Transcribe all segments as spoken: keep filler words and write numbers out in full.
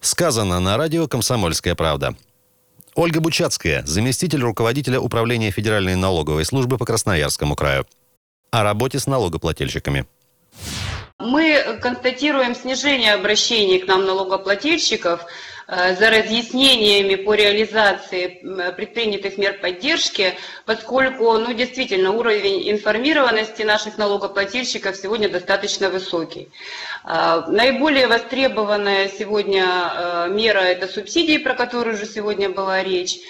Сказано на радио «Комсомольская правда». Ольга Бучацкая, заместитель руководителя управления Федеральной налоговой службы по Красноярскому краю. О работе с налогоплательщиками. Мы констатируем снижение обращений к нам налогоплательщиков за разъяснениями по реализации предпринятых мер поддержки, поскольку, ну, действительно, уровень информированности наших налогоплательщиков сегодня достаточно высокий. Наиболее востребованная сегодня мера – это субсидии, про которые уже сегодня была речь.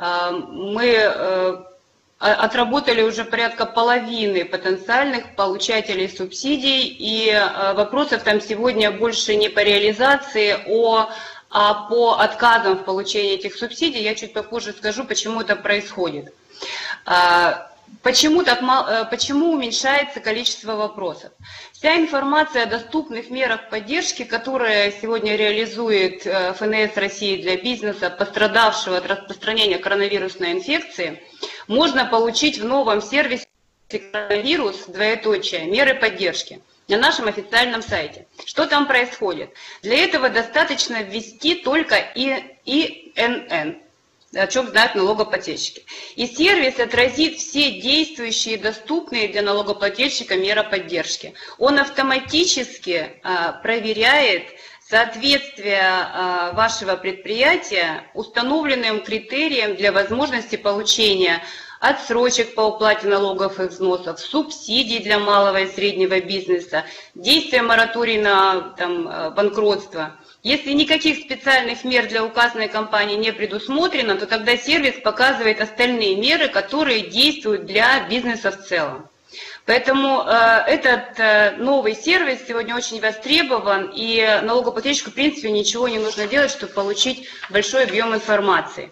Мы отработали уже порядка половины потенциальных получателей субсидий, и вопросов там сегодня больше не по реализации, о, а по отказам в получении этих субсидий. Я чуть попозже скажу, почему это происходит. Почему, так мало, почему уменьшается количество вопросов? Вся информация о доступных мерах поддержки, которые сегодня реализует эф эн эс России для бизнеса, пострадавшего от распространения коронавирусной инфекции, можно получить в новом сервисе «Коронавирус. Двоеточие. Меры поддержки» на нашем официальном сайте. Что там происходит? Для этого достаточно ввести только и эн эн. О чем знают налогоплательщики. И сервис отразит все действующие, доступные для налогоплательщика меры поддержки. Он автоматически а, проверяет соответствие а, вашего предприятия установленным критериям для возможности получения отсрочек по уплате налогов и взносов, субсидий для малого и среднего бизнеса, действия мораторий на там, банкротство. Если никаких специальных мер для указанной компании не предусмотрено, то тогда сервис показывает остальные меры, которые действуют для бизнеса в целом. Поэтому э, этот э, новый сервис сегодня очень востребован, и налогоплательщику в принципе ничего не нужно делать, чтобы получить большой объем информации.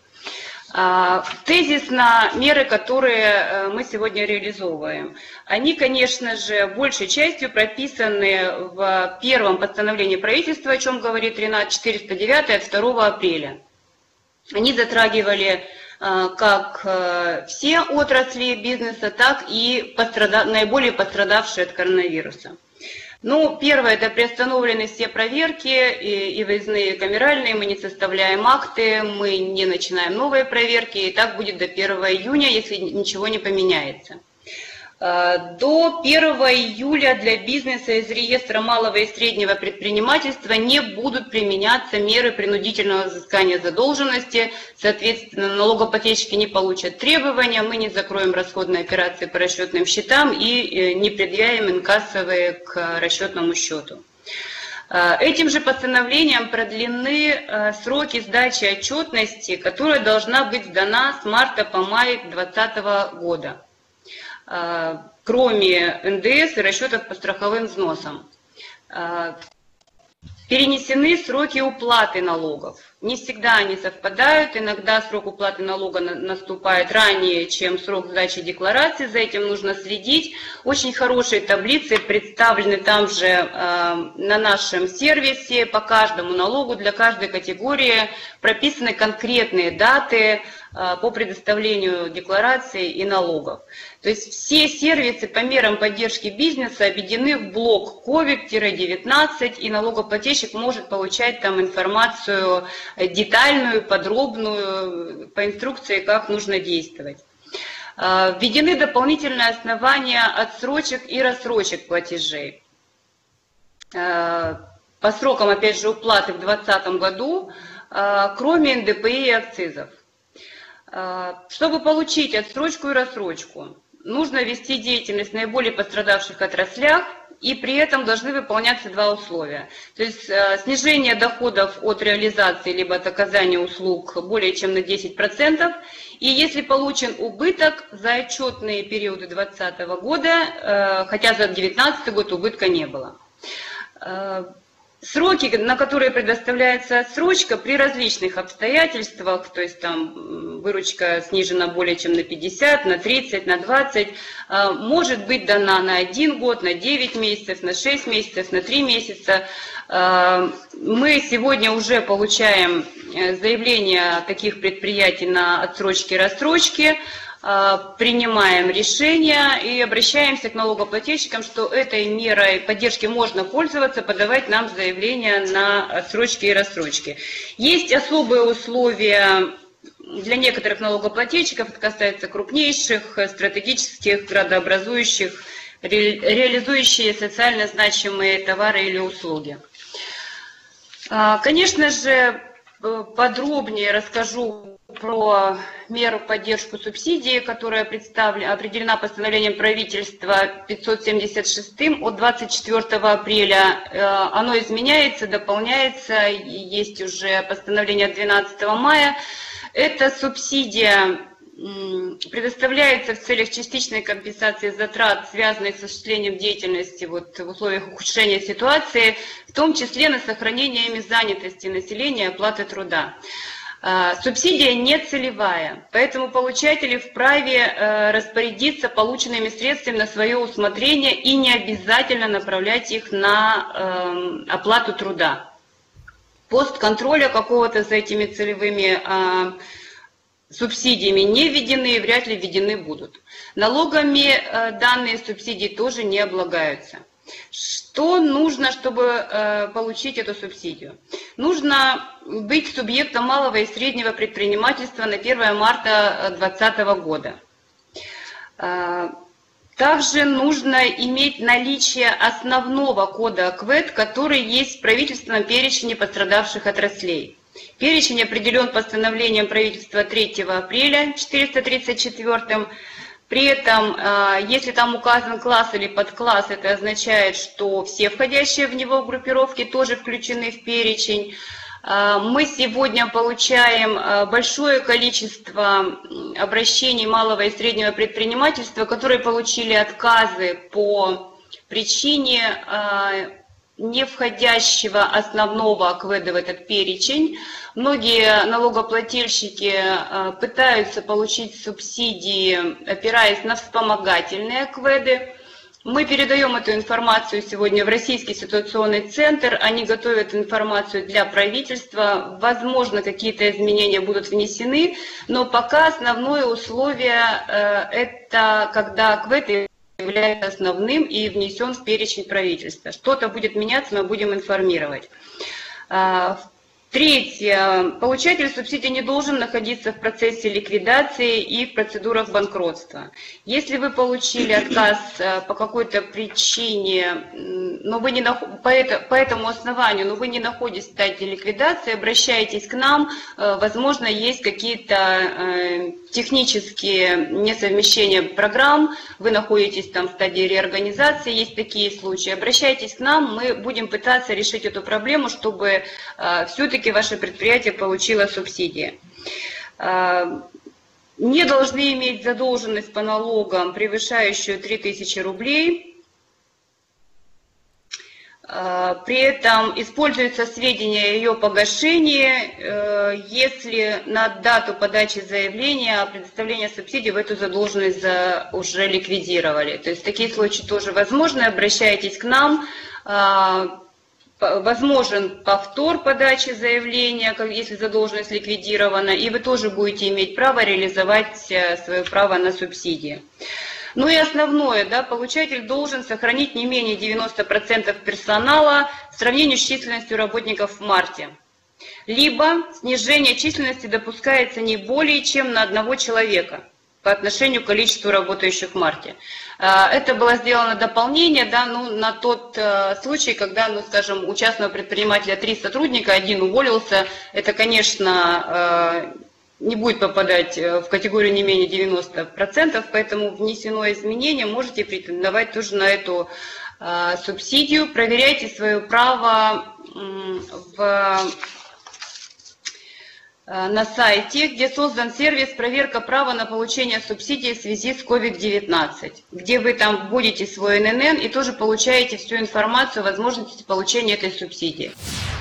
Тезисно меры, которые мы сегодня реализовываем, они, конечно же, большей частью прописаны в первом постановлении правительства, о чем говорит Ренат, четыреста девять от второго апреля. Они затрагивали как все отрасли бизнеса, так и пострадав... наиболее пострадавшие от коронавируса. Ну, первое, это приостановлены все проверки, и, и выездные, и камеральные, мы не составляем акты, мы не начинаем новые проверки, и так будет до первого июня, если ничего не поменяется. До первого июля для бизнеса из реестра малого и среднего предпринимательства не будут применяться меры принудительного взыскания задолженности, соответственно, налогоплательщики не получат требования, мы не закроем расходные операции по расчетным счетам и не предъявим инкассовые к расчетному счету. Этим же постановлением продлены сроки сдачи отчетности, которая должна быть сдана с марта по май две тысячи двадцатого года. Кроме эн дэ эс и расчетов по страховым взносам. Перенесены сроки уплаты налогов. Не всегда они совпадают, иногда срок уплаты налога наступает ранее, чем срок сдачи декларации, за этим нужно следить. Очень хорошие таблицы представлены там же э, на нашем сервисе, по каждому налогу, для каждой категории прописаны конкретные даты э, по предоставлению деклараций и налогов. То есть все сервисы по мерам поддержки бизнеса объединены в блок ковид девятнадцать, и налогоплательщик может получать там информацию детальную, подробную, по инструкции, как нужно действовать. Введены дополнительные основания отсрочек и рассрочек платежей. По срокам, опять же, уплаты в две тысячи двадцатом году, кроме эн дэ пэ и акцизов. Чтобы получить отсрочку и рассрочку, нужно вести деятельность в наиболее пострадавших отраслях, и при этом должны выполняться два условия. То есть э, снижение доходов от реализации либо от оказания услуг более чем на десять процентов, и если получен убыток за отчетные периоды две тысячи двадцатого года, э, хотя за две тысячи девятнадцатый год убытка не было. Э, Сроки, на которые предоставляется отсрочка при различных обстоятельствах, то есть там выручка снижена более чем на пятьдесят, на тридцать, на двадцать, может быть дана на один год, на девять месяцев, на шесть месяцев, на три месяца. Мы сегодня уже получаем заявления таких предприятий на отсрочки и рассрочки. принимаем решение и обращаемся к налогоплательщикам, что этой мерой поддержки можно пользоваться, подавать нам заявления на отсрочки и рассрочки. Есть особые условия для некоторых налогоплательщиков, это касается крупнейших, стратегических, градообразующих, ре, реализующие социально значимые товары или услуги. Конечно же, подробнее расскажу про меру поддержку субсидии, которая представлена, определена постановлением правительства пятьсот семьдесят шестым от двадцать четвёртого апреля. Оно изменяется, дополняется, есть уже постановление от двенадцатого мая. Эта субсидия предоставляется в целях частичной компенсации затрат, связанных с осуществлением деятельности вот, в условиях ухудшения ситуации, в том числе на сохранение занятости населения и оплаты труда. Субсидия не целевая, поэтому получатели вправе распорядиться полученными средствами на свое усмотрение и не обязательно направлять их на оплату труда. Постконтроля какого-то за этими целевыми субсидиями не введены и вряд ли введены будут. Налогами данные субсидии тоже не облагаются. Что нужно, чтобы получить эту субсидию? Нужно быть субъектом малого и среднего предпринимательства на первое марта две тысячи двадцатого года. Также нужно иметь наличие основного кода АКВЭД, который есть в правительственном перечне пострадавших отраслей. Перечень определен постановлением правительства третьего апреля четыреста тридцать четвёртым. При этом, если там указан класс или подкласс, это означает, что все входящие в него группировки тоже включены в перечень. Мы сегодня получаем большое количество обращений малого и среднего предпринимательства, которые получили отказы по причине не входящего основного АКВЭДа в этот перечень. Многие налогоплательщики пытаются получить субсидии, опираясь на вспомогательные АКВЭДы. Мы передаем эту информацию сегодня в Российский ситуационный центр. Они готовят информацию для правительства. Возможно, какие-то изменения будут внесены, но пока основное условие – это когда АКВЭД является основным и внесен в перечень правительства. Что-то будет меняться, мы будем информировать. Третье. Получатель субсидии не должен находиться в процессе ликвидации и в процедурах банкротства. Если вы получили отказ по какой-то причине, но вы не нах... по, это... по этому основанию, но вы не находитесь в стадии ликвидации, обращайтесь к нам. Возможно, есть какие-то технические несовмещения программ, вы находитесь там в стадии реорганизации, есть такие случаи. Обращайтесь к нам, мы будем пытаться решить эту проблему, чтобы все-таки ваше предприятие получило субсидии. Не должны иметь задолженность по налогам, превышающую три тысячи рублей. При этом используются сведения о ее погашении, если на дату подачи заявления о предоставлении субсидий вы эту задолженность уже ликвидировали. То есть такие случаи тоже возможны. Обращайтесь к нам. Возможен повтор подачи заявления, если задолженность ликвидирована, и вы тоже будете иметь право реализовать свое право на субсидии. Ну и основное, да, получатель должен сохранить не менее девяноста процентов персонала в сравнении с численностью работников в марте. Либо снижение численности допускается не более чем на одного человека по отношению к количеству работающих в марте. Это было сделано дополнение, да, ну, на тот э, случай, когда, ну, скажем, у частного предпринимателя три сотрудника, один уволился, это, конечно, э, не будет попадать в категорию не менее девяноста процентов, поэтому внесено изменение, можете претендовать тоже на эту э, субсидию. Проверяйте свое право э, в... на сайте, где создан сервис «Проверка права на получение субсидий в связи с ковид девятнадцать», где вы там вводите свой эн эн эн и тоже получаете всю информацию о возможности получения этой субсидии.